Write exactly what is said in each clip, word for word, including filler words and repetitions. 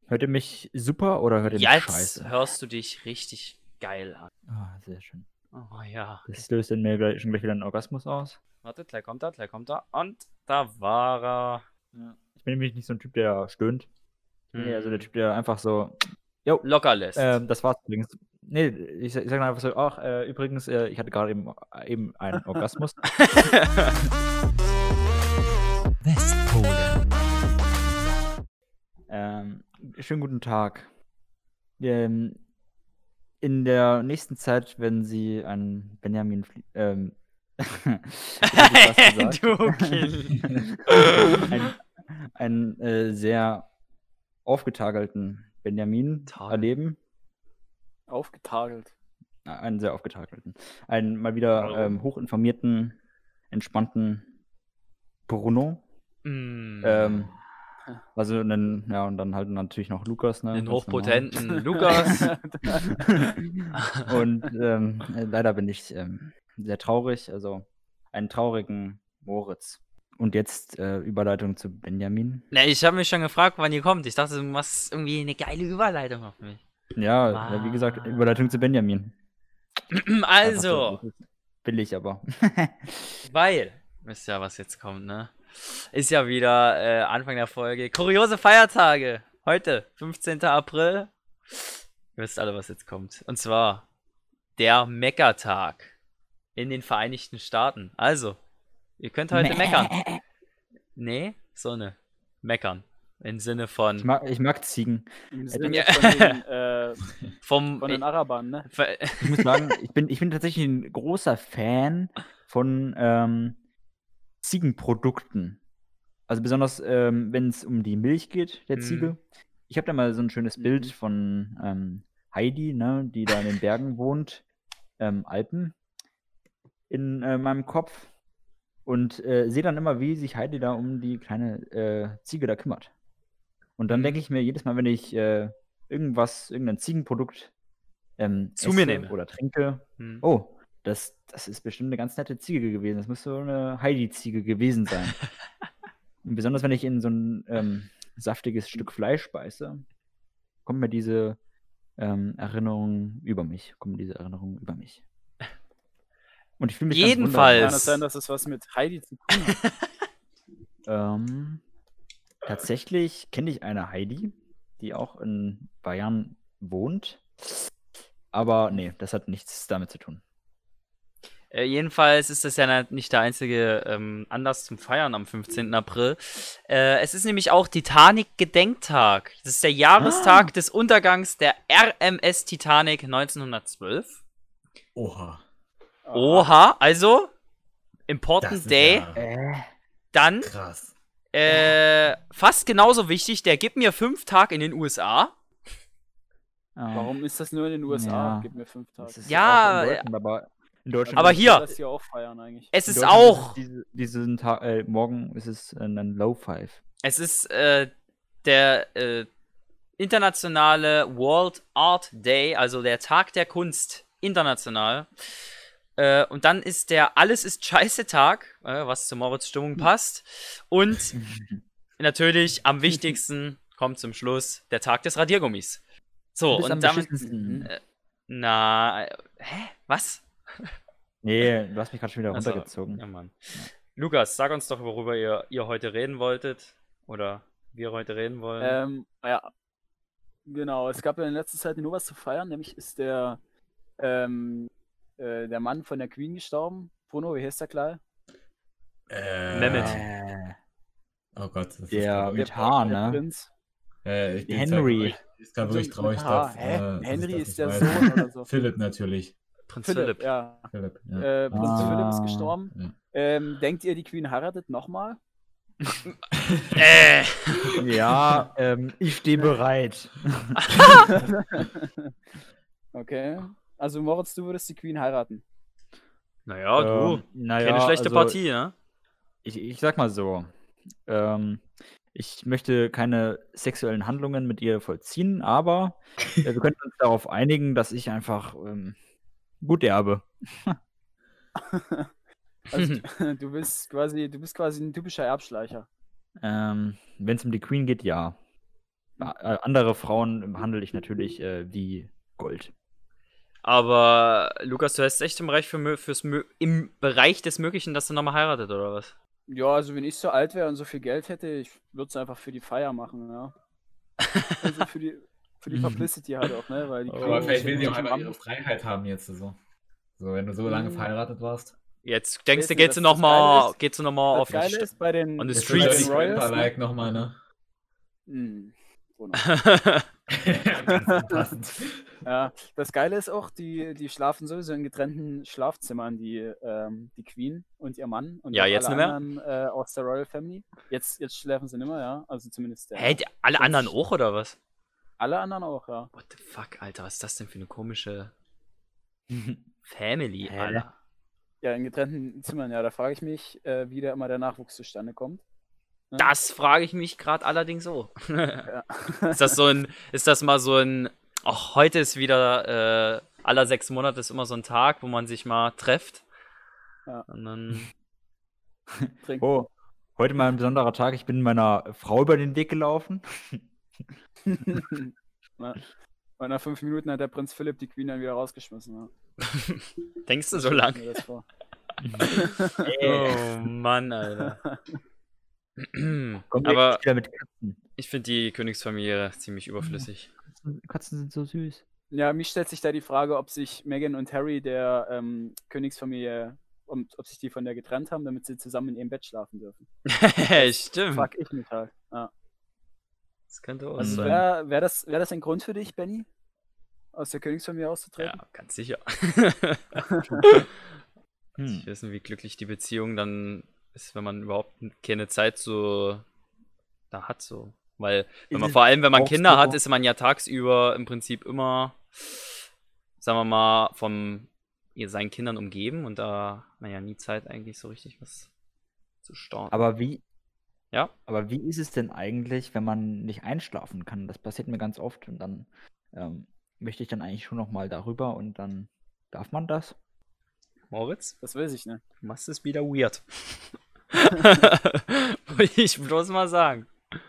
Hört ihr mich super oder hört ihr mich Jetzt scheiße? hörst du dich richtig geil an. Ah, sehr schön. Oh ja. Das löst in mir gleich, schon gleich wieder einen Orgasmus aus. Warte, gleich kommt er, gleich kommt er. Und da war er. Ja. Ich bin nämlich nicht so ein Typ, der stöhnt. Ich bin eher so der Hm. Typ, der einfach so, jo, Locker lässt. ähm, das war's übrigens. Nee, ich, ich sage einfach so, ach, äh, übrigens, äh, ich hatte gerade eben, eben einen Orgasmus. Westpole. Ähm, schönen guten Tag. Ähm, in der nächsten Zeit werden Sie einen Benjamin Flie ähm, jetzt hab ich fast gesagt. Du Kind. ein einen äh, sehr aufgetakelten Benjamin Tagel. erleben. Aufgetagelt. Äh, Einen sehr aufgetakelten. Einen mal wieder Warum? ähm, hochinformierten, entspannten Bruno. Mm. Ähm, also einen, ja, und dann halt natürlich noch Lukas, ne? Den ganz hochpotenten Lukas. normal. Und ähm, äh, leider bin ich ähm, sehr traurig, also einen traurigen Moritz. Und jetzt äh, Überleitung zu Benjamin. Ne, ich habe mich schon gefragt, wann ihr kommt. Ich dachte, du machst irgendwie eine geile Überleitung auf mich. Ja, äh, wie gesagt, Überleitung zu Benjamin. Also, Einfach so, das ist billig, aber. weil, wisst ja, was jetzt kommt, ne? Ist ja wieder äh, Anfang der Folge. Kuriose Feiertage. Heute, fünfzehnten April. Ihr wisst alle, was jetzt kommt. Und zwar der Meckertag in den Vereinigten Staaten. Also, ihr könnt heute meckern. Nee, so ne. Meckern. Im Sinne Ich von. mag, ich mag Ziegen. Im Sinne Ja. von den, äh, Vom. von den Arabern, ne? Ver- Ich muss sagen, ich bin, ich bin tatsächlich ein großer Fan von ähm, Ziegenprodukten. Also besonders, ähm, wenn es um die Milch geht, der Mhm. Ziege. Ich habe da mal so ein schönes Mhm. Bild von ähm, Heidi, ne, die da in den Bergen wohnt, ähm, Alpen, in äh, meinem Kopf. Und äh, sehe dann immer, wie sich Heidi da um die kleine äh, Ziege da kümmert. Und dann Mhm. denke ich mir jedes Mal, wenn ich äh, irgendwas, irgendein Ziegenprodukt ähm, Zu mir esse nehme. oder trinke, Hm. oh, das, das ist bestimmt eine ganz nette Ziege gewesen. Das muss so eine Heidi-Ziege gewesen sein. Und besonders wenn ich in so ein ähm, saftiges Stück Fleisch beiße, kommt mir diese ähm, Erinnerung über mich. Kommen diese Erinnerungen über mich. Und ich fühle mich Jedenfalls. Kann es sein, dass es was mit Heidi zu tun hat? ganz wunderbar. Ähm, tatsächlich kenne ich eine Heidi, die auch in Bayern wohnt. Aber nee, das hat nichts damit zu tun. Äh, jedenfalls ist das ja na- nicht der einzige ähm, Anlass zum Feiern am fünfzehnten April. Äh, es ist nämlich auch Titanic-Gedenktag. Das ist der Jahrestag Ah. des Untergangs der R M S Titanic neunzehnhundertzwölf. Oha. Oha, also Das Important ist Day. ja Äh, Dann krass. äh, fast genauso wichtig, der gibt mir fünf Tage in den U S A. Warum ist das nur in den U S A? Ja. Gib mir fünf Tage. Das ist Ja, auch in Deutschland, aber in Deutschland aber ist es- hier- Das hier auch feiern eigentlich. Es in ist Deutschland auch, es diese, diesen Tag, äh, morgen ist es äh, ein Low Five. es ist äh, der äh, internationale World Art Day, also der Tag der Kunst international. Äh, und dann ist der Alles ist Scheiße Tag, äh, was zu Moritz Stimmung passt. Und natürlich am wichtigsten kommt zum Schluss der Tag des Radiergummis. So, Du bist am und damit. beschissensten. äh, Na, äh, hä? Was? Nee, du hast mich gerade schon wieder Ach so, runtergezogen. Ja, Mann. Lukas, sag uns doch, worüber ihr, ihr heute reden wolltet. Oder wir heute reden wollen. Ähm, ja. Genau, es gab ja in letzter Zeit nur was zu feiern, nämlich ist der, ähm, äh, der Mann von der Queen gestorben. Bruno, wie heißt der gleich? Äh, Mehmet. Äh, Oh Gott. Das ist Der grad- mit Haar, Der ne? Prinz. Äh, ich bin Henry. Jetzt grad- ist gerade wirklich Mit traurig, Haar. dass, Hä? äh, dass ich Henry das ist nicht der weiß. Sohn oder so. Philipp natürlich. Prinz Philipp, Philipp. ja. Philipp, ja. Äh, Prinz Ah. Philipp ist gestorben. ja. Ähm, denkt ihr, die Queen heiratet nochmal? Äh, Ja, ähm, ich stehe bereit. Okay. Also Moritz, du würdest die Queen heiraten. naja, du. Ähm, naja, Keine schlechte also, Partie, ne? Ich, ich sag mal so. Ähm, ich möchte keine sexuellen Handlungen mit ihr vollziehen, aber äh, wir könnten uns darauf einigen, dass ich einfach ähm, gut erbe. Also du bist quasi, du bist quasi ein typischer Erbschleicher. Ähm, Wenn es um die Queen geht, ja. Äh, andere Frauen handle ich natürlich äh, wie Gold. Aber Lukas, du hast echt im Bereich, für, mö- fürs, mö- im Bereich des Möglichen, dass du nochmal heiratet, oder was? Ja, also wenn ich so alt wäre und so viel Geld hätte, ich würde es einfach für die Feier machen, ja. Also für die, für die Publicity halt auch, ne? Weil die Oh, Aber Queen vielleicht ist ja will sie auch wirklich im einfach ihre Rampenlicht. Freiheit haben jetzt so. So, wenn du so lange Hm. verheiratet warst. Jetzt denkst Weiß du, nicht, geht's das- du das Geile nochmal ist- geht's du noch mal Das auf die Geile St- ist bei den, on the Jetzt streets. wird bei die den Royals, Grandpa-like nochmal, ne? Hm, Bruno. Ganz unpassend. Ja, das Geile ist auch, die, die schlafen sowieso in getrennten Schlafzimmern, die, ähm, die Queen und ihr Mann und Ja, auch jetzt alle nicht mehr? anderen äh, aus der Royal Family. Jetzt, jetzt schlafen sie nicht mehr, ja. Also zumindest der. Hä, die, alle Sonst- anderen auch, oder was? Alle anderen auch, ja. What the fuck, Alter, was ist das denn für eine komische Family, Hä? Alter? Ja, in getrennten Zimmern, ja. Da frage ich mich, äh, wie da immer der Nachwuchs zustande kommt. Ne? Das frage ich mich gerade allerdings so. Ja. Ist das so ein, ist das mal so ein, ach, heute ist wieder, äh, aller sechs Monate ist immer so ein Tag, wo man sich mal trifft. Ja. Und dann, Trinken. Oh, heute mal ein besonderer Tag. Ich bin meiner Frau über den Weg gelaufen. Na, und nach fünf Minuten hat der Prinz Philipp die Queen dann wieder rausgeschmissen. Ja. denkst du so Stell ich lang? mir das vor. Oh Mann, Alter. Kommen wir Aber jetzt wieder mit Katzen. ich finde die Königsfamilie ziemlich überflüssig. Katzen. Katzen sind so süß. Ja, mich stellt sich da die Frage, ob sich Meghan und Harry der ähm, Königsfamilie, um, ob sich die von der getrennt haben, damit sie zusammen in ihrem Bett schlafen dürfen. Stimmt. Frag ich mich halt. Ja. Das könnte auch Also sein. wäre wär das, wär das ein Grund für dich, Benny, aus der Königsfamilie auszutreten? Ja, ganz sicher. Hm. Ich weiß nicht, wie glücklich die Beziehung dann ist, wenn man überhaupt keine Zeit so da hat, so. Weil, wenn Ist man es vor allem, wenn man auch Kinder so- hat, ist man ja tagsüber im Prinzip immer, sagen wir mal, von seinen Kindern umgeben und da hat man ja nie Zeit, eigentlich so richtig was zu starten. Aber wie, Ja? aber wie ist es denn eigentlich, wenn man nicht einschlafen kann? Das passiert mir ganz oft und dann ähm, möchte ich dann eigentlich schon noch mal darüber und dann darf man das? Moritz, Das weiß ich nicht. du machst es wieder weird. Wollte ich bloß mal sagen.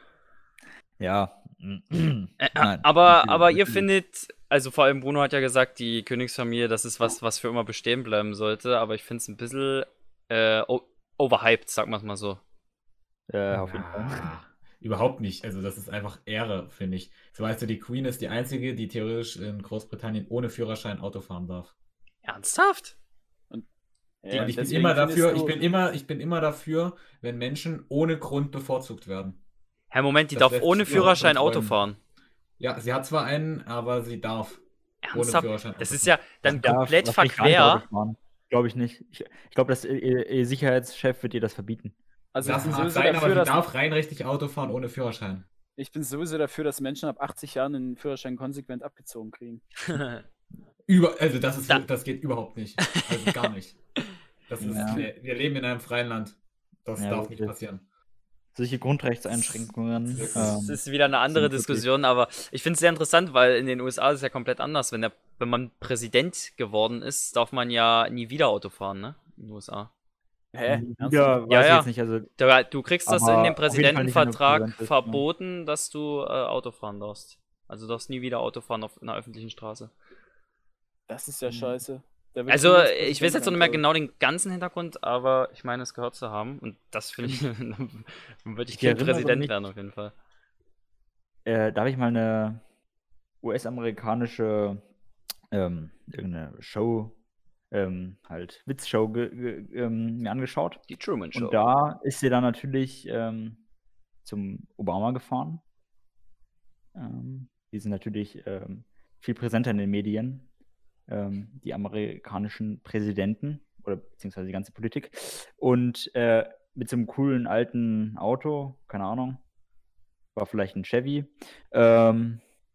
Ja. Äh, Nein, aber, natürlich, aber ihr natürlich. findet, also vor allem Bruno hat ja gesagt, die Königsfamilie, das ist was, was für immer bestehen bleiben sollte, aber ich finde es ein bisschen äh, o- overhyped, sagen wir es mal so. Äh, auf jeden Fall. Ah, überhaupt nicht. Also das ist einfach Ehre, finde ich. So weißt du, die Queen ist die einzige, die theoretisch in Großbritannien ohne Führerschein Auto fahren darf. Ernsthaft? Ja, Und ich bin deswegen immer findest dafür, du- ich bin immer, ich bin immer dafür, wenn Menschen ohne Grund bevorzugt werden. Herr Moment, die Das darf lässt ohne sich überhaupt Führerschein nicht Auto träumen. fahren. Ja, sie hat zwar einen, aber sie darf ohne Ernsthaft? Führerschein Das Auto ist ja dann Ja, komplett darf nicht gar nicht verquer. Auto fahren. Glaube ich nicht. Ich, ich glaube, dass ihr, ihr Sicherheitschef wird dir das verbieten. Also ich Das bin mag sowieso sein, aber dafür, sie dass darf rein rechtlich Auto fahren ohne Führerschein. ich bin sowieso dafür, dass Menschen ab achtzig Jahren den Führerschein konsequent abgezogen kriegen. Über, also das ist, Da- das geht überhaupt nicht. Also gar nicht. Das ist, Ja. wir, wir leben in einem freien Land. Das Ja, darf gut, nicht das- passieren. Solche Grundrechtseinschränkungen. Das Das ähm, ist wieder eine andere sind wirklich- Diskussion, aber ich finde es sehr interessant, weil in den U S A ist es ja komplett anders. Wenn, der, wenn man Präsident geworden ist, darf man ja nie wieder Auto fahren, ne? In den U S A. Hä? wieder, Ernsthaft? weiß Ja, ich ja. jetzt nicht. Also, Da, du kriegst das Aber in dem auf jeden Fall nicht, wenn du Präsidentenvertrag Präsident bist, ne? verboten, dass du äh, Auto fahren darfst. Also du darfst nie wieder Auto fahren auf einer öffentlichen Straße. Das ist ja Mhm. scheiße. Da wird Also niemals ich weiß Präsident jetzt noch sein, nicht mehr glaub ich. genau den ganzen Hintergrund, aber ich meine es gehört zu haben und das finde ich, dann würde ich Ich kein erinnere Präsident mich- werden auf jeden Fall. äh, da habe ich mal eine U S-amerikanische ähm, irgendeine Show, ähm, halt Witzshow ge ge ähm, mir angeschaut. Die Truman Show. Und da ist sie dann natürlich ähm, zum Obama gefahren. Ähm, die sind natürlich ähm, viel präsenter in den Medien, ähm, die amerikanischen Präsidenten oder beziehungsweise die ganze Politik. Und äh, mit so einem coolen alten Auto, keine Ahnung, war vielleicht ein Chevy. Ähm,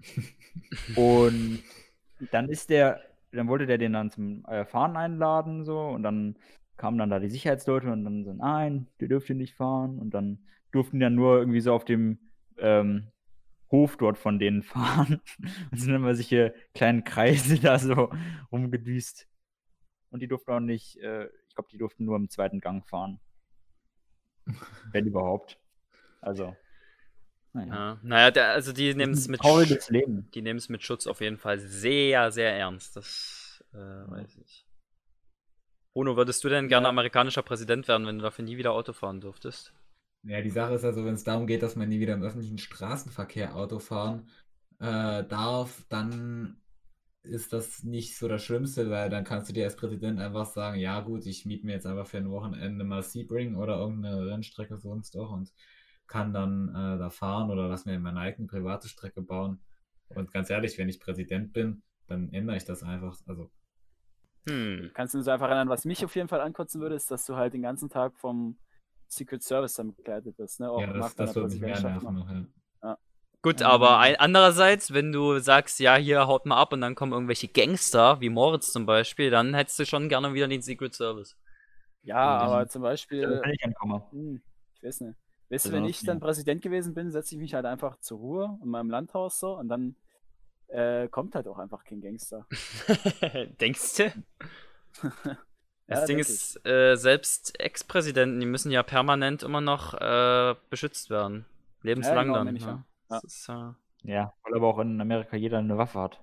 und dann ist der, dann wollte der den dann zum äh, Fahren einladen, so, und dann kamen dann da die Sicherheitsleute und dann so, nein, der dürft ihr nicht fahren. Und dann durften die dann nur irgendwie so auf dem ähm, Hof dort von denen fahren. Und sind dann mal solche kleinen Kreise da so rumgedüst. Und die durften auch nicht, äh, ich glaube, die durften nur im zweiten Gang fahren. Wenn überhaupt. Also, Naja. Ja. Naja, der, also die nehmen es mit, Sch Trauriges Leben. die nehmen es mit Schutz auf jeden Fall sehr, sehr ernst. Das äh, weiß ich. Bruno, würdest du denn gerne Ja. amerikanischer Präsident werden, wenn du dafür nie wieder Auto fahren dürftest? Ja, die Sache ist also, wenn es darum geht, dass man nie wieder im öffentlichen Straßenverkehr Auto fahren äh, darf, dann ist das nicht so das Schlimmste, weil dann kannst du dir als Präsident einfach sagen, ja gut, ich miete mir jetzt einfach für ein Wochenende mal Sebring oder irgendeine Rennstrecke sonst auch und kann dann äh, da fahren oder lass mir meine eigene private Strecke bauen. Und ganz ehrlich, wenn ich Präsident bin, dann ändere ich das einfach. Also Hm. Kannst du uns einfach erinnern, was mich auf jeden Fall ankotzen würde, ist, dass du halt den ganzen Tag vom Secret Service dann begleitet wirst, ne? Auch ja, nach das, deiner das würde mich mehr Präsidentschaft nerven noch. noch. Ja. Gut, Ähm. aber ein, andererseits, wenn du sagst, ja, hier haut mal ab und dann kommen irgendwelche Gangster, wie Moritz zum Beispiel, dann hättest du schon gerne wieder den Secret Service. Ja, Ja, aber zum Da Beispiel, kann ich ankommen. hm, ich weiß nicht. Weißt du, Also wenn noch ich dann mehr. Präsident gewesen bin, setze ich mich halt einfach zur Ruhe in meinem Landhaus so und dann äh, kommt halt auch einfach kein Gangster. Denkst du? Das Ja, Ding denk ist, äh, selbst Ex-Präsidenten, die müssen ja permanent immer noch äh, beschützt werden. Lebenslang genau, dann. meine ich Ja. ja. Das ist, äh, Ja, weil aber auch in Amerika jeder eine Waffe hat.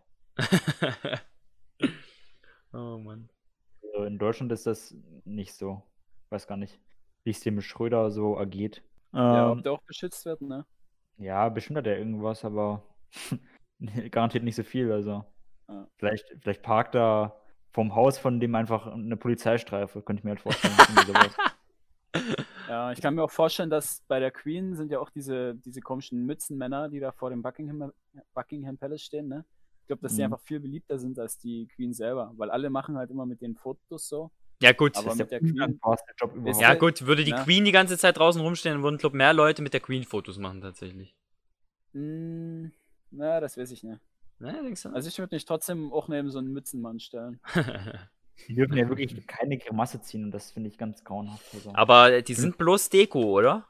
oh Mann. Also in Deutschland ist das nicht so. Weiß gar nicht, wie es dem Schröder so ergeht. Ja, Ähm, ob der auch beschützt wird, ne? ja, bestimmt hat er irgendwas, aber garantiert nicht so viel. Also Ja. vielleicht, vielleicht parkt da vorm Haus von dem einfach eine Polizeistreife, könnte ich mir halt vorstellen. irgendwie sowas. Ja, ich kann mir auch vorstellen, dass bei der Queen sind ja auch diese, diese komischen Mützenmänner, die da vor dem Buckingham, Buckingham Palace stehen, ne? Ich glaube, dass die Mhm. einfach viel beliebter sind als die Queen selber, weil alle machen halt immer mit den Fotos so. Ja, gut. Aber Das ist mit der der Queen, undankbarste Job überhaupt. Ja, halt- gut, würde die ne? Queen die ganze Zeit draußen rumstehen, dann würden, glaub, mehr Leute mit der Queen Fotos machen, tatsächlich. mh, na, das weiß ich nicht. Ne, denkst du? Also ich würde mich trotzdem auch neben so einen Mützenmann stellen. Die dürfen ja wirklich keine Grimasse ziehen und das finde ich ganz grauenhaft. Also. Aber die sind bloß Deko, oder?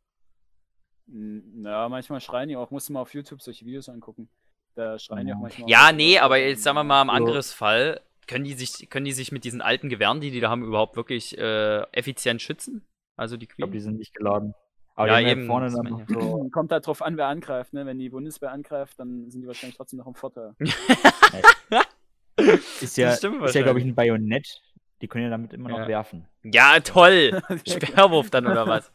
Mh, Ja, manchmal schreien die auch. Musst du mal auf YouTube solche Videos angucken. Da schreien die auch Ja. manchmal. Ja, auch nee, Leute aber und, jetzt sagen wir ja. mal im So. Angriffsfall, können die sich, können die sich mit diesen alten Gewehren, die die da haben, überhaupt wirklich äh, effizient schützen? Also die Ich glaube, die Queen? sind nicht geladen. Aber Ja, die haben ja eben, vorne das dann meine noch ich so. Kommt halt drauf an, wer angreift. Ne? Wenn die Bundeswehr angreift, dann sind die wahrscheinlich trotzdem noch im Vorteil. Ist ja, Das stimmt ist ja glaube ich, wahrscheinlich. ein Bajonett. Die können ja damit immer noch Ja. werfen. Ja, toll! Sperrwurf dann oder was?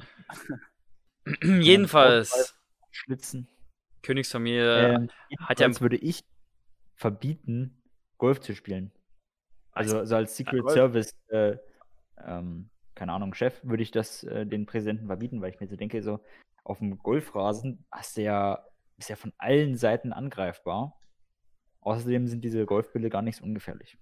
Jedenfalls, Schlitzen. Königsfamilie Ähm, hat ja. jedenfalls würde ich verbieten, Golf zu spielen. Also so als Secret Golf? Service, äh, ähm, keine Ahnung, Chef, würde ich das äh, den Präsidenten verbieten, weil ich mir so denke, so auf dem Golfrasen hast du ja, ist ja von allen Seiten angreifbar. Außerdem sind diese Golfbälle gar nicht so ungefährlich.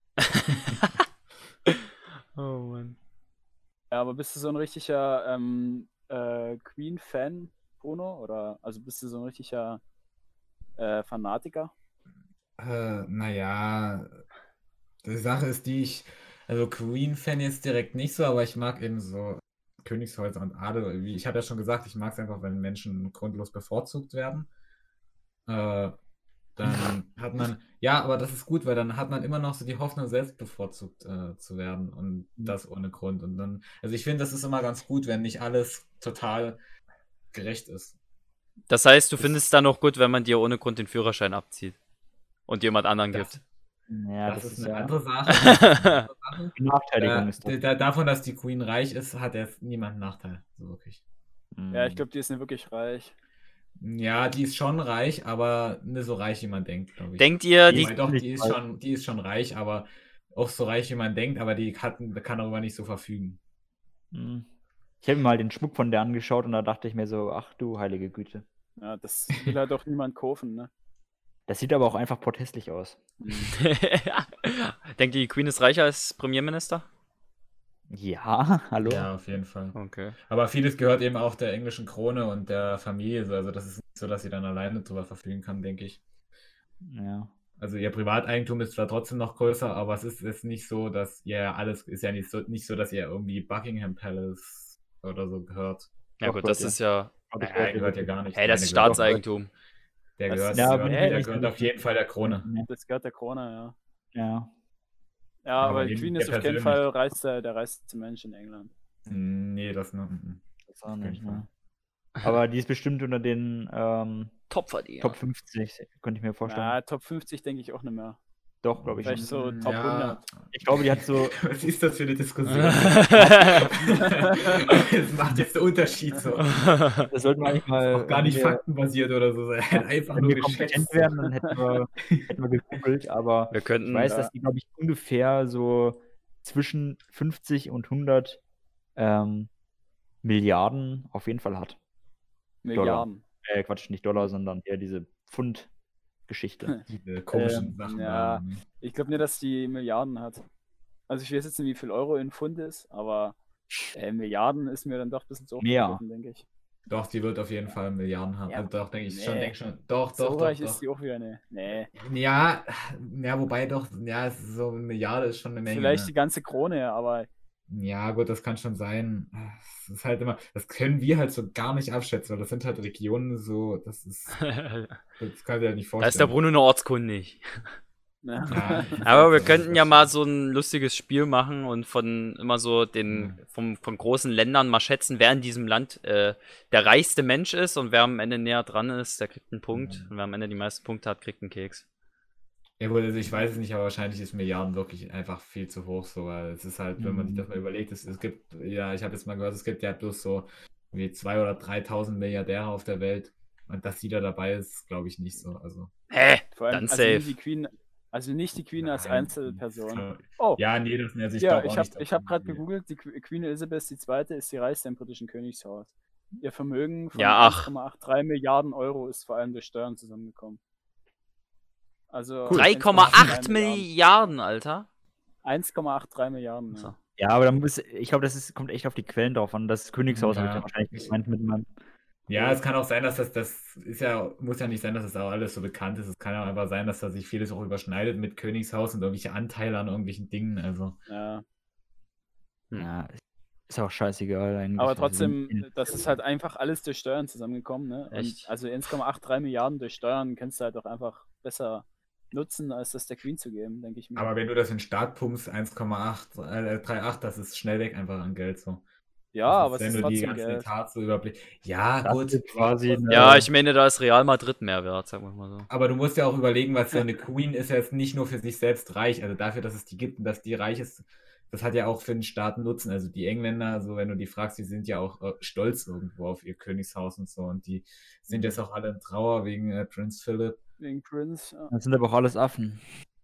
Oh Mann. Ja, aber bist du so ein richtiger ähm, äh, Queen-Fan, Bruno? Oder also bist du so ein richtiger äh, Fanatiker? Äh, naja, die Sache ist die, ich, also Queen-Fan jetzt direkt nicht so, aber ich mag eben so Königshäuser und Adel. Wie ich habe ja schon gesagt, ich mag es einfach, wenn Menschen grundlos bevorzugt werden. Äh, dann hat man, ja, aber das ist gut, weil dann hat man immer noch so die Hoffnung, selbst bevorzugt äh, zu werden und das ohne Grund. Und dann, also ich finde, das ist immer ganz gut, wenn nicht alles total gerecht ist. Das heißt, du Das- findest es dann auch gut, wenn man dir ohne Grund den Führerschein abzieht und jemand anderen Das, gibt. Ja, das, das, ist ist eine ja andere Sache. Das ist eine andere Sache. Benachteiligung Äh, ist das. da, davon, dass die Queen reich ist, hat jetzt niemand einen Nachteil. So wirklich. Ja, ich Mhm. glaube, die ist nicht wirklich reich. Ja, die ist schon reich, aber nicht so reich, wie man denkt, glaube ich. Denkt ihr, die. Wobei doch, nicht die ist reich. schon, die ist schon reich, aber auch so reich, wie man denkt, aber die hat, kann darüber nicht so verfügen. Mhm. Ich habe mir mal den Schmuck von der angeschaut und da dachte ich mir so, ach du heilige Güte. Ja, das will halt auch niemand kaufen, ne? Das sieht aber auch einfach protestlich aus. Denkt ihr, die Queen ist reicher als Premierminister? Ja, hallo? Ja, auf jeden Fall. Okay. Aber vieles gehört eben auch der englischen Krone und der Familie. so. Also das ist nicht so, dass sie dann alleine drüber verfügen kann, denke ich. Ja. Also ihr Privateigentum ist zwar trotzdem noch größer, aber es ist, ist nicht so, dass ihr alles, ist ja nicht so, nicht so, dass ihr irgendwie Buckingham Palace oder so gehört. Ja Doch, gut, gehört das ja. ist ja. Aber ich Naja, weiß, gehört ja gar nicht. Hey, das Nein, ist der gehört- Staatseigentum. Der Das gehört, ist- der Ja, gehört, bin ich der nicht gehört so auf jeden Fall der Krone. Ja. Das gehört der Krone, ja. Ja. Ja, Aber aber die eben Queen der ist auf jeden persönlich. Fall reichste, der reichste Mensch in England. Nee, das noch. mm, mm. Das auch Auf nicht, jeden Fall. ne? Aber die ist bestimmt unter den ähm, Topverdiener. Top fünfzig, könnte ich mir vorstellen. Ja, Top fünfzig denke ich auch nicht mehr. Doch, glaube ich Vielleicht schon. so Top Ja. hundert. Ich glaube, die hat so. Was ist das für eine Diskussion? Das macht jetzt einen Unterschied so. Das sollten wir eigentlich mal. Auch gar nicht wenn wir, faktenbasiert oder so sein. Einfach wenn nur wir kompetent geschätzt. wären, dann hätten wir, hätten wir gegoogelt, aber Wir ich könnten. weiß, ja. dass die, glaube ich, ungefähr so zwischen fünfzig und hundert ähm, Milliarden auf jeden Fall hat. Milliarden. Äh, Quatsch, nicht Dollar, sondern eher diese Pfund-Geschichte. Diese komischen Ähm, Sachen. ja. da. Ich glaube nicht, dass die Milliarden hat. Also ich weiß jetzt nicht, wie viel Euro in Pfund ist, aber äh, Milliarden ist mir dann doch ein bisschen zu Mehr. hochgegriffen, denke ich. Doch, die wird auf jeden Fall Milliarden haben. Ja. Also doch, denke ich Nee. schon, denke schon. Doch, So doch, doch, reich doch. ist die auch wieder nicht. Nee. Ja, ja, wobei doch, ja, es ist so eine Milliarde ist schon eine Menge. Vielleicht ne? die ganze Krone, aber Ja, gut, das kann schon sein. Es ist halt immer, das können wir halt so gar nicht abschätzen, weil das sind halt Regionen so, das ist, das kann ich halt nicht Da vorstellen. ist der Bruno nur ortskundig. ne. Ja, Aber wir das ist könnten ja schon- mal so ein lustiges Spiel machen und von immer so den Mhm. vom, von großen Ländern mal schätzen, wer in diesem Land äh, der reichste Mensch ist und wer am Ende näher dran ist, der kriegt einen Punkt. Mhm. Und wer am Ende die meisten Punkte hat, kriegt einen Keks. Ja gut, also ich weiß es nicht, aber wahrscheinlich ist Milliarden wirklich einfach viel zu hoch, so, weil es ist halt, wenn man sich Mhm. das mal überlegt, es, es gibt, ja, ich habe jetzt mal gehört, es gibt ja bloß so wie zwei oder dreitausend Milliardäre auf der Welt und dass jeder dabei ist, glaube ich nicht so, also. Hä? Vor allem, Dann also safe. nicht die Queen, also nicht die Queen als Nein. Einzelperson. Oh, Ja, nee, das, also ich ja, glaube auch ich habe nicht. dass ich hab die- gerade gegoogelt, die Que- Queen Elizabeth die Zweite ist die reichste im britischen Königshaus. Ihr Vermögen von Ja, ach. eins Komma dreiundachtzig Milliarden Euro ist vor allem durch Steuern zusammengekommen. Also drei Komma acht eins Komma achtunddreißig Milliarden, Alter. eins Komma achtunddreißig Milliarden. So. Ja. Ja, aber dann muss, ich glaube, das ist, kommt echt auf die Quellen drauf an. Das Königshaus habe ich Ja. ja wahrscheinlich gemeint mit meinem. Ja, es kann auch sein, dass das, das ist ja, muss ja nicht sein, dass das auch alles so bekannt ist. Es kann ja auch einfach sein, dass da sich vieles auch überschneidet mit Königshaus und irgendwelche Anteile an irgendwelchen Dingen. Also, Ja. Hm. Ja, ist auch scheißegal eigentlich. Aber Also, trotzdem, wenn- das ist halt einfach alles durch Steuern zusammengekommen. Ne? Und Echt? also eins Komma achtunddreißig Milliarden durch Steuern kannst du halt auch einfach besser nutzen, als das der Queen zu geben, denke ich mir. aber wenn du das in den Staat pumpst, eins Komma achtunddreißig, das ist schnell weg einfach an Geld so. ja, Das aber es wenn ist du die trotzdem ganzen Geld. Etats so überblickst. Ja, Das gut. ist quasi eine- Ja, Äh. ich meine, da ist Real Madrid mehr wert, sagen wir mal so. Aber du musst ja auch überlegen, was so eine Queen ist ja jetzt nicht nur für sich selbst reich, also dafür, dass es die gibt und dass die reich ist, das hat ja auch für den Staat einen Nutzen. Also die Engländer, also wenn du die fragst, die sind ja auch äh, stolz irgendwo auf ihr Königshaus und so und die sind jetzt auch alle in Trauer wegen äh, Prinz Philip. Wegen Prince. Ja. Das sind aber auch alles Affen.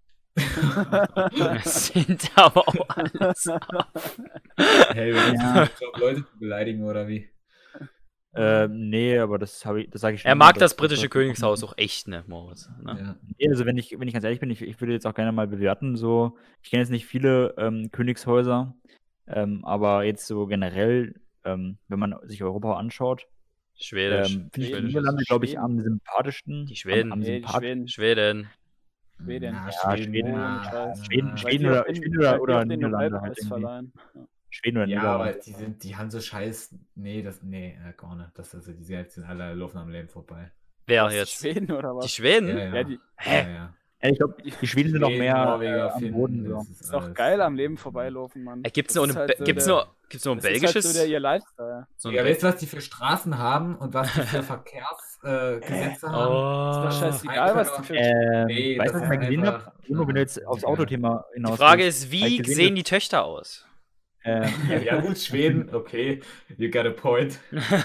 Das sind aber auch alles. Hey, wenn Ja. ich Job Leute zu beleidigen oder wie? Ähm, nee, aber das habe ich, das sage ich schon. Er immer, mag dass- das britische dass- Königshaus auch echt, ne, Moritz? Ne? Ja. Nee, also wenn ich, wenn ich ganz ehrlich bin, ich, ich würde jetzt auch gerne mal bewerten, so, ich kenne jetzt nicht viele ähm, Königshäuser, ähm, aber jetzt so generell, ähm, wenn man sich Europa anschaut, Schwedisch. ähm, finde ich die Schwedisch. Niederlande, glaube ich, Schweden. am sympathischsten. Die Schweden. Am, am Nee, die sympath- Schweden. Schweden. Schweden. Ja, Ja, Schweden, Schweden, ja, ich weiß. Schweden, ja. Schweden Weil die oder, auch den- Schweden weil oder, die oder auch den Niederlande halt Nobelpreis irgendwie. verleihen. Ja. Schweden oder Ja, Niederlande. aber die sind, die haben so scheiß. Nee, das, nee, äh, gar nicht. Das, also, die sind jetzt alle laufen am Leben vorbei. Wer Was, die jetzt? Schweden oder Die was? Schweden? Ja, ja. Ja, die- Hä? Ja, ja. Ja, ich glaube, die Schweden sind noch Schweden, mehr Norweger, äh, am Finnen, Boden. So. das Ist doch alles- geil am Leben vorbeilaufen, Mann. Äh, gibt's Das noch, ist ein halt Be- so gibt's der- noch, gibt's noch ein Das ist halt belgisches? so der ihr Lifestyle. so ein Ja, Be- weißt du, was die für Straßen haben und was die für Verkehrsgesetze äh, Gesetze haben? Oh. Ist doch scheißegal, was die für. Ähm, Nee, weißt du, das was ich mal ist gesehen einfach- habe? Bruno, wenn du jetzt Ja, aufs ja. Autothema hinaus Die Frage willst, ist, hab wie ich gesehen, sehen die Töchter aus? ähm, Ja, gut, Schweden, okay, you got a point.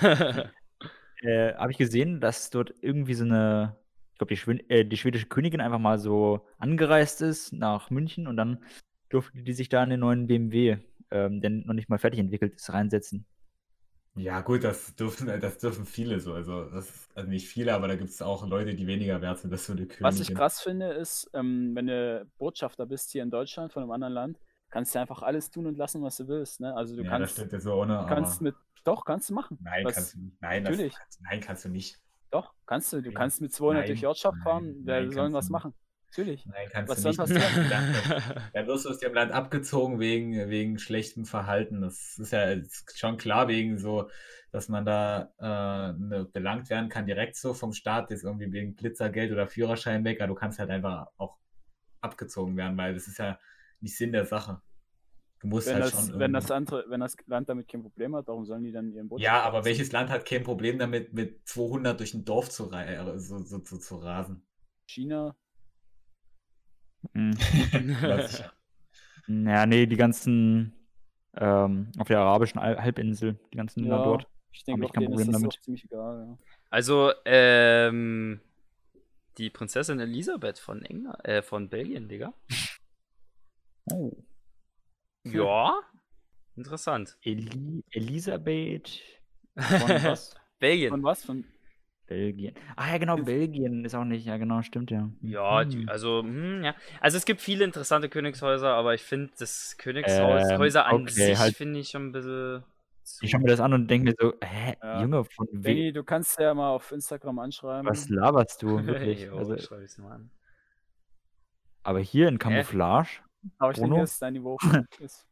äh, habe ich gesehen, dass dort irgendwie so eine, ich glaube, die, Schwen- äh, die schwedische Königin einfach mal so angereist ist nach München und dann durfte die sich da in den neuen B M W, ähm, der noch nicht mal fertig entwickelt ist, reinsetzen. Ja, gut, das dürfen, das dürfen viele so. Also, das, also nicht viele, aber da gibt es auch Leute, die weniger wert sind, dass so eine Königin. Was ich krass finde, ist, ähm, wenn du Botschafter bist hier in Deutschland von einem anderen Land, kannst du einfach alles tun und lassen, was du willst. Ne? Also du Ja, das kannst, stimmt jetzt so ohne, du kannst aber mit. Doch, kannst du machen. nein, was, kannst du nicht. Nein, das, natürlich. kannst, nein, kannst du nicht. Doch, kannst du. Du Nein. kannst mit zweihundert Nein, durch die Ortschaft nein, fahren, wer nein, sollen kannst was du machen? Natürlich. Nein, kannst Was du soll nicht. passieren? Dann, dann wirst du aus dem Land abgezogen wegen, wegen schlechtem Verhalten. Das ist ja ist schon klar, wegen so, dass man da äh, ne, belangt werden kann, direkt so vom Staat, jetzt irgendwie wegen Glitzergeld oder Führerschein weg, aber du kannst halt einfach auch abgezogen werden, weil das ist ja nicht Sinn der Sache. Du musst Wenn halt das, schon wenn irgendwie- das andere, wenn das Land damit kein Problem hat, warum sollen die dann ihren Botschafter Ja, aber abziehen? welches Land hat kein Problem damit, mit zweihundert durch ein Dorf zu, rei- äh, so, so, so, zu rasen? China? Hm. Ja, sicher. Ja, nee, die ganzen ähm, auf der arabischen Al Halbinsel, die ganzen Länder Ja, dort. ich denke Hab ich auch, kein denen ist Problem das damit. auch ziemlich egal. Ja. Also, ähm, die Prinzessin Elisabeth von England, äh, von Belgien, Digga. Oh. Ja, interessant. Eli Elisabeth von was? Belgien. Von was? Von Belgien. Ah ja, genau, Belgien ist auch nicht, ja genau, stimmt ja. Ja, Mhm. die, also, hm, ja. Also es gibt viele interessante Königshäuser, aber ich finde das Königshaus, Ähm, Häuser an okay, sich halt. finde ich schon ein bisschen zu. Ich schaue mir das an und denke mir so, hä, Ja. Junge, von wem? Benny, du kannst ja mal auf Instagram anschreiben. Was laberst du wirklich? Jo, Also, schreib ich's mal an. aber hier in Camouflage? Aber ich denke, Bruno? dass dein Niveau ist.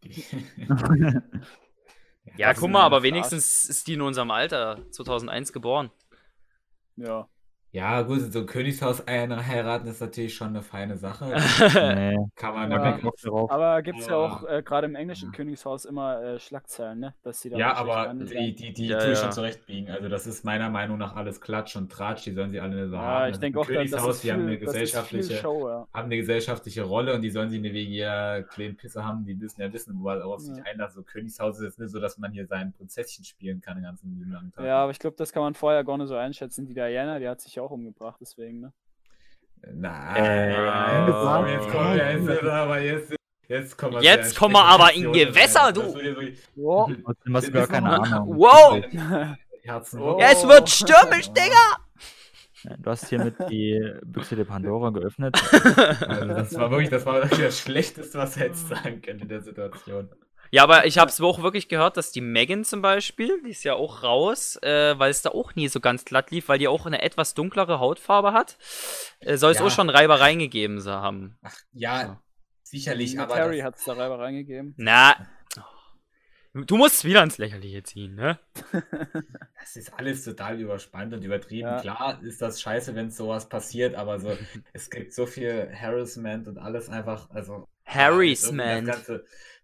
Ja, das guck ist mal, eine aber Arsch. wenigstens ist die in unserem Alter, zweitausendeins geboren. Ja. Ja, gut, so ein Königshaus einer heiraten ist natürlich schon eine feine Sache. Nee, Kann man Ja. hab keinen Bock darauf. Aber gibt es ja Aber- auch äh, gerade im englischen Ja. Königshaus immer äh, Schlagzeilen, ne? Dass sie da Ja, mal schlecht aber behandelt die, werden. die, die Ja, tue ich ja. schon zurechtbiegen. Also das ist meiner Meinung nach alles Klatsch und Tratsch, die sollen sie alle nicht so Ja, haben. ich Das denke ist auch, ein dann, das Königshaus, ist die haben eine viel, das ist viel gesellschaftliche, Show, ja. haben eine gesellschaftliche Rolle und die sollen sie nicht wegen ihrer kleinen Pisse haben, die müssen ja wissen, worauf sie sich Ja. einlassen. So Königshaus ist jetzt nicht so, dass man hier sein Prinzesschen spielen kann den ganzen lieben langen Tag. Ja, aber ich glaube, das kann man vorher gar nicht so einschätzen. Die Diana, die hat sich auch umgebracht, deswegen, ne? Nein, Äh, jetzt kommen äh, jetzt kommen wir jetzt, aber jetzt, jetzt kommen wir Jetzt zu kommen wir aber in Spekulationen Gewässer, rein. du. Das wird jetzt wirklich Wow. Trotzdem hast du Das gar ist keine nochmal- Ahnung. Wow! Herzen. Oh. Es wird stürmisch, Digga! Du hast hiermit die Büchse der Pandora geöffnet. Also das war wirklich, das war wirklich das Schlechteste, was er jetzt sagen könnte in der Situation. Ja, aber ich habe es auch wirklich gehört, dass die Megan zum Beispiel, die ist ja auch raus, äh, weil es da auch nie so ganz glatt lief, weil die auch eine etwas dunklere Hautfarbe hat, äh, soll es Ja. auch schon Reibereien gegeben so haben. Ach, ja, sicherlich, Mit aber Harry das, hat es da Reiber reingegeben. Na, du musst es wieder ins Lächerliche ziehen, ne? das ist alles total überspannt und übertrieben. Ja. Klar ist das scheiße, wenn sowas passiert, aber so, es gibt so viel Harassment und alles einfach, also Harassment. das ganze,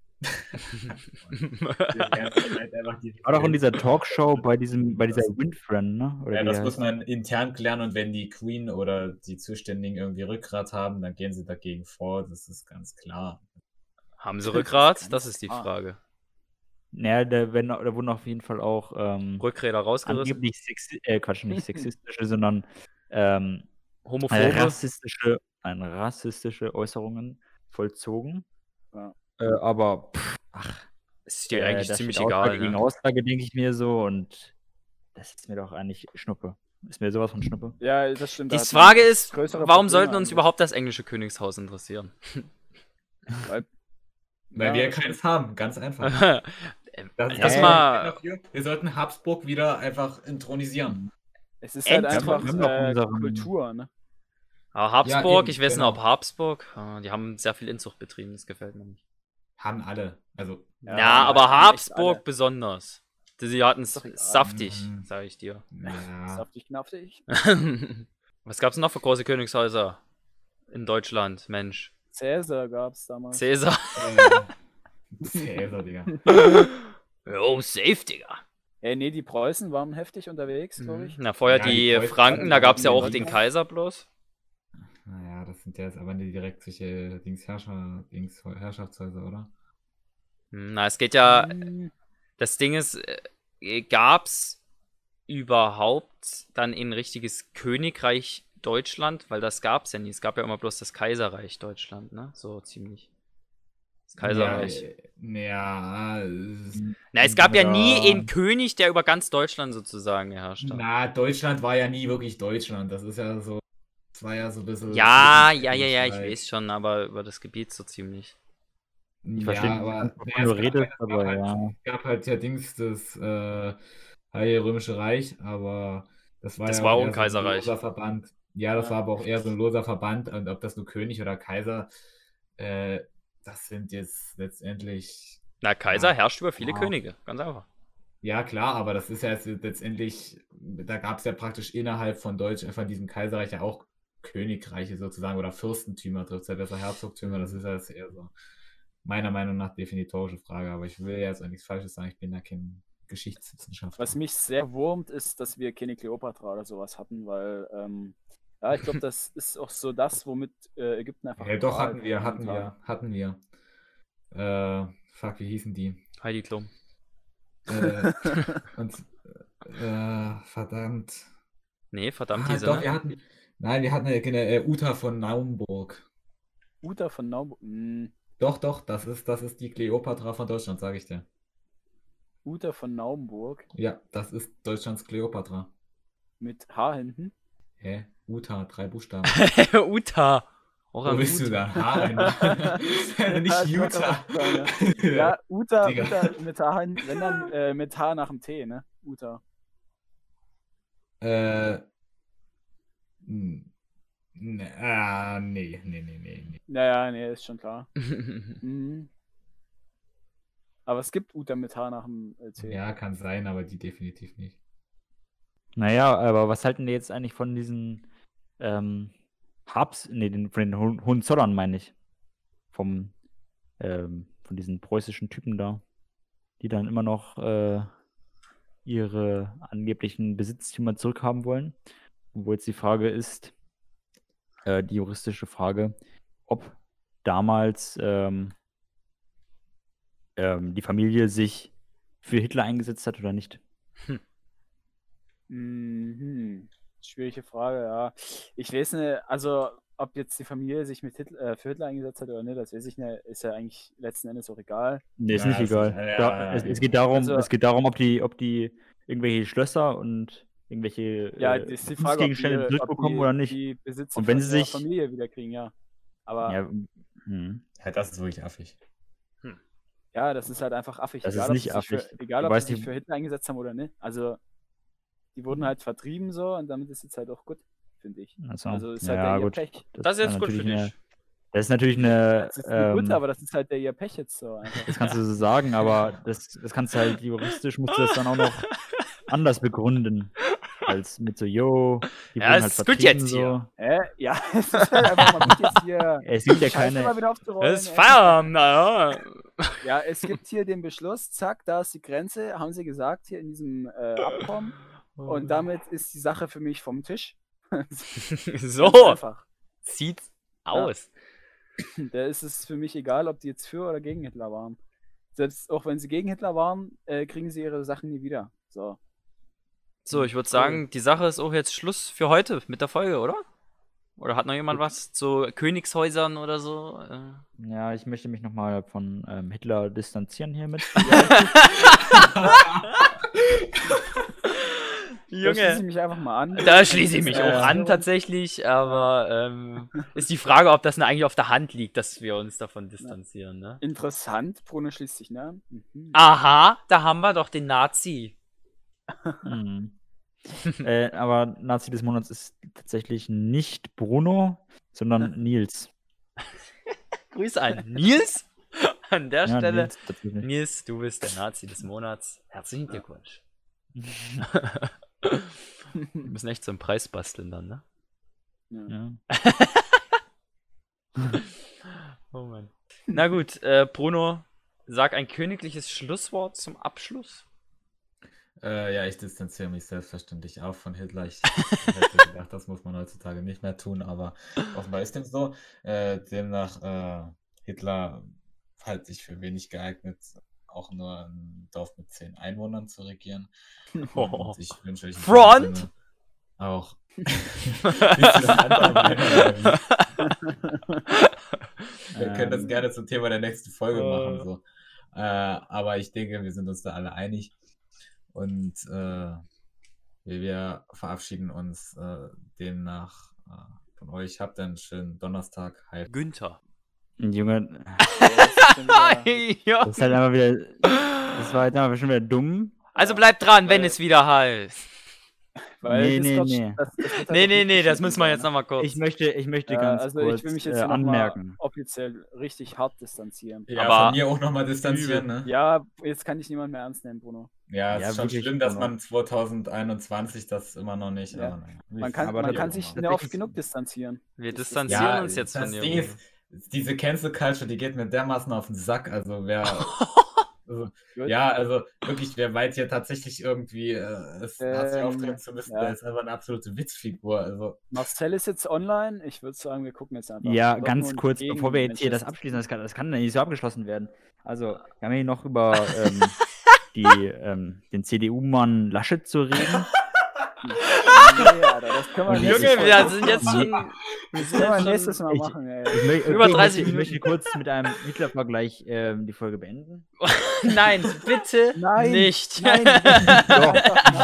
das ganze halt einfach die- War doch in dieser Talkshow bei diesem, bei dieser Winfriend, ne? Oder Ja, wie das die muss heißt. man intern klären und wenn die Queen oder die Zuständigen irgendwie Rückgrat haben, dann gehen sie dagegen vor, das ist ganz klar. Haben sie Rückgrat? ganz Das ist die klar. Frage. Naja, da, werden, da wurden auf jeden Fall auch ähm, Rückräder rausgerissen? angeblich sexi äh, Quatsch, nicht sexistische, sondern ähm, äh, Homophobe? rassistische, nein, rassistische Äußerungen vollzogen. Ja. Äh, aber pff, ach, Ist dir äh, eigentlich da ziemlich steht egal, Aussage gegen ne? Aussage, denke ich mir so, und das ist mir doch eigentlich Schnuppe. Ist mir sowas von Schnuppe. Ja, das stimmt. Die da hat man Frage ist, größere warum Probleme sollten uns eigentlich. überhaupt das englische Königshaus interessieren? Weil Ja, wir das keins haben, ganz einfach. Ähm, Das, Das Äh, mal- dafür. Wir sollten Habsburg wieder einfach intronisieren. Es ist halt Endlich. einfach Wir haben doch äh, unseren- Kultur, ne? Aber Habsburg, eben, ich weiß genau. nicht, ob Habsburg, ah, die haben sehr viel Inzucht betrieben, das gefällt mir nicht. Haben alle. Also, Ja, Ja, aber haben echt Habsburg alle. besonders. Sie hatten es doch egal. saftig, Mhm. sage ich dir. ja. Saftig, knaftig. Was gab's noch für große Königshäuser in Deutschland, Mensch? Cäsar gab es damals. Cäsar. äh, Cäsar, Digga. Oh, safe, Digga. Ey, nee, die Preußen waren heftig unterwegs, glaube Mhm. ich. Na, vorher Ja, die, die Preußen Franken, hatten da ja gab's ja die auch den Deutschen. Kaiser bloß. Naja, das sind ja jetzt aber nicht direkt solche Dings, Herrscher, Dings Herrschaftshäuser, oder? Hm, Na, es geht ja, Hm, das Ding ist, äh, gab's überhaupt dann ein richtiges Königreich Deutschland? Weil das gab's ja nie. Es gab ja immer bloß das Kaiserreich Deutschland, ne? So ziemlich. Das Kaiserreich. Ja, ja es- Na, es gab ja, Ja. nie einen König, der über ganz Deutschland sozusagen geherrscht hat. na, Deutschland war ja nie wirklich Deutschland. Das ist ja so, das war ja so ein bisschen. Ja, ja, ja, ja, ich Königreich. weiß schon, aber über das Gebiet so ziemlich. Ich verstehe nicht, aber wovon naja, du es gab redest, halt- es gab aber halt, ja. Es gab halt ja Dings, das äh, Heilige Römische Reich, aber das war Das ja war auch eher ein so Kaiserreich. loser Verband. Ja, das Ja. war aber auch eher so ein loser Verband und ob das nur König oder Kaiser, äh, das sind jetzt letztendlich, Na, Kaiser Ja. herrscht über viele Ja. Könige, ganz einfach. ja klar, aber das ist ja jetzt letztendlich, da gab es ja praktisch innerhalb von Deutsch, von diesem Kaiserreich ja auch Königreiche sozusagen oder Fürstentümer, trifft es ja besser, Herzogtümer, das ist ja jetzt eher so. meiner Meinung nach definitorische Frage, aber ich will jetzt auch nichts Falsches sagen, ich bin da kein Geschichtswissenschaftler. Was mich sehr wurmt, ist, dass wir keine Kleopatra oder sowas hatten, weil, ähm, ja, ich glaube, das ist auch so das, womit äh, Ägypten einfach. Ja, doch, prahlt hatten wir, hatten momentan. wir, hatten wir. Äh, fuck, wie hießen die? Heidi Klum. Äh, und, äh, verdammt. Nee, verdammt, Ah, diese, doch, ne? wir hatten, nein, wir hatten eine, eine äh, Uta von Naumburg. Uta von Naumburg. Hm, Doch, doch, das ist, das ist die Kleopatra von Deutschland, sage ich dir. Uta von Naumburg Ja, das ist Deutschlands Kleopatra. mit H hinten. Hä? Uta, drei Buchstaben. Uta. Wo Orang bist du Uta. da? Haaren. Nicht Ja, ich wollte Utah. gerade sagen, ja. Ja, Uta, Digga. Uta mit H hinten, wenn dann äh, mit H nach dem T, ne? Uta. Äh. n- n- Ah, nee, nee, nee, nee, nee. Naja, nee, ist schon klar. Mhm. Aber es gibt Uta mit H nach dem äh, T. Ja, kann sein, aber die definitiv nicht. Naja, aber was halten die jetzt eigentlich von diesen ähm, Habs, nee, den, von den Ho- Hohenzollern, meine ich. Vom, ähm, von diesen preußischen Typen da, die dann immer noch äh, ihre angeblichen Besitztümer zurückhaben wollen. Wo jetzt die Frage ist, äh, die juristische Frage, ob damals ähm, ähm, die Familie sich für Hitler eingesetzt hat oder nicht. Mhm. Schwierige Frage, ja. Ich weiß nicht, also ob jetzt die Familie sich mit Hitler, äh, für Hitler eingesetzt hat oder nicht, das weiß ich nicht, ist ja eigentlich letzten Endes auch egal. Nee, ist Ja, nicht ist egal. nicht- ja, da, ja, es, ja, es ja. geht darum, Also- es geht darum, ob die, ob die irgendwelche Schlösser und irgendwelche Ja, äh, das ist die Frage, ob die, Kunstgegenstände ob zurückbekommen die, oder nicht. die Besitzer Und wenn von sie ihrer sich- Familie wieder kriegen, ja. Aber ja, Ja, hm. Ja, das ist wirklich affig. das ist halt einfach affig. Das ist egal, ob nicht sie sich für, affig. egal, Du ob weißt sie sich nicht- für Hitler eingesetzt haben oder nicht. Also, die wurden halt vertrieben so und damit ist jetzt halt auch gut, finde ich. Also, Also ist ja, halt der ihr gut. Pech. Das ist jetzt gut für natürlich eine, dich. Das ist natürlich eine. Das ist nicht gut, ähm, aber das ist halt der ihr Pech jetzt so einfach. Das kannst du so sagen, aber das, das kannst du halt juristisch, musst du das dann auch noch anders begründen. Als mit so, yo, die Ja, wurden es halt ist gut vertrieben, jetzt so. hier. Hä? Ja, es ist halt einfach mal gut jetzt hier. Es gibt ja die Scheiße mal keine. wieder aufzurollen, Das ist ey. Feierabend, naja. Ja, es gibt hier den Beschluss, zack, da ist die Grenze, haben sie gesagt, hier in diesem äh, Abkommen. Und damit ist die Sache für mich vom Tisch. So, Ganz einfach. sieht aus. Da ist es für mich egal, ob die jetzt für oder gegen Hitler waren. Selbst auch wenn sie gegen Hitler waren, äh, kriegen sie ihre Sachen nie wieder. So. So, ich würde sagen, die Sache ist auch jetzt Schluss für heute mit der Folge, oder? Oder hat noch jemand was zu Königshäusern oder so? Äh, Ja, ich möchte mich nochmal von ähm, Hitler distanzieren hiermit. Da schließe ich Junge, mich einfach mal an. da schließe ich mich Äh, auch an tatsächlich, aber ähm, ist die Frage, ob das denn eigentlich auf der Hand liegt, dass wir uns davon distanzieren, ne? Interessant, Bruno schließt sich, ne? Mhm. Aha, da haben wir doch den Nazi. Mhm. äh, aber Nazi des Monats ist tatsächlich nicht Bruno, sondern Nils. Grüß an Nils an der Ja, Stelle. Nils, tatsächlich. Nils, du bist der Nazi des Monats. Herzlichen Glückwunsch. Wir müssen echt so einen Preis basteln dann, ne? Ja. Ja. Oh Mann. Na gut, äh, Bruno, sag ein königliches Schlusswort zum Abschluss. Äh, ja, ich distanziere mich selbstverständlich auch von Hitler. Ich hätte gedacht, das muss man heutzutage nicht mehr tun, aber offenbar ist dem so. Äh, demnach, äh, Hitler halte ich für wenig geeignet, auch nur ein Dorf mit zehn Einwohnern zu regieren. Und ich wünsche euch in diesem Front! Sinne auch. Bist du ein anderer Meinung, oder wie? Wir können das Ähm. gerne zum Thema der nächsten Folge Äh. machen. So. Äh, aber ich denke, wir sind uns da alle einig. Und äh, wir, wir verabschieden uns äh, demnach äh, von euch. Habt einen schönen Donnerstag. Hi. Günther. Junge, Das ist schon wieder- Ja. das ist halt einfach wieder. Das war halt einfach schon wieder dumm. Also bleibt dran, wenn Weil- es wieder heißt. Weil Nee, nee, Discord- nee. das- das wird halt Nee, auch nee, nee, richtig das müssen wir sein, jetzt ne? nochmal kurz. Ich möchte, ich möchte Äh, ganz also kurz ich will mich äh, jetzt hier anmerken. nochmal offiziell richtig hart distanzieren. Ja, Aber- von mir auch nochmal distanzieren, ne? Ja, jetzt kann ich niemand mehr ernst nehmen, Bruno. Ja, es Ja, ist schon wirklich, schlimm, dass Bruno. man zwanzig einundzwanzig das immer noch nicht. Ja. aber naja. Man kann, aber man das- kann sich das nicht oft ist- genug distanzieren. Wir Das ist- distanzieren Ja, uns jetzt das von dir. Ding ist, diese Cancel Culture, die geht mir dermaßen auf den Sack. Also wer, also, ja, also wirklich, wer meint hier tatsächlich irgendwie äh, es Nazi Ähm, auftreten zu müssen, ja. der ist einfach eine absolute Witzfigur. Also Marcel ist jetzt online. Ich würde sagen, wir gucken jetzt einfach. Ja, Dortmund ganz kurz, gegen bevor wir jetzt hier das Manchester abschließen, das City. kann, das kann nicht so abgeschlossen werden. Also, wir haben hier noch über ähm, die, ähm, den C D U-Mann Laschet zu reden. Nee, Alter, das können wir Und nächstes Junge, Mal wir machen. sind jetzt schon. Wir Das sind können wir jetzt nächstes schon Mal Ich- machen, ey. Ich, möchte, Über okay, dreißig ich, möchte, ich Minuten. möchte kurz mit einem Hitler-Vergleich ähm, die Folge beenden. Nein, bitte Nein, nicht. nein. Doch.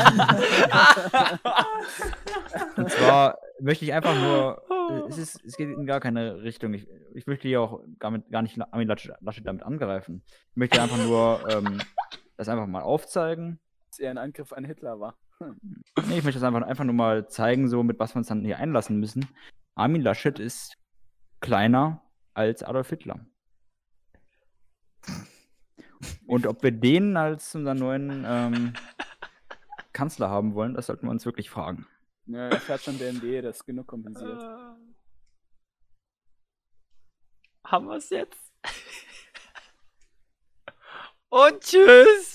Und zwar möchte ich einfach nur, äh, es, ist, es geht in gar keine Richtung. Ich, ich möchte hier auch gar, mit, gar nicht Armin Laschet, Laschet damit angreifen. Ich möchte einfach nur ähm, das einfach mal aufzeigen. Dass er ein Angriff an Hitler war. Nee, ich möchte das einfach, einfach nur mal zeigen, so mit was wir uns dann hier einlassen müssen. Armin Laschet ist kleiner als Adolf Hitler. Und ob wir den als unseren neuen ähm, Kanzler haben wollen, das sollten wir uns wirklich fragen. Ja, er fährt schon B M W, das ist genug kompensiert. Haben wir es jetzt? Und tschüss.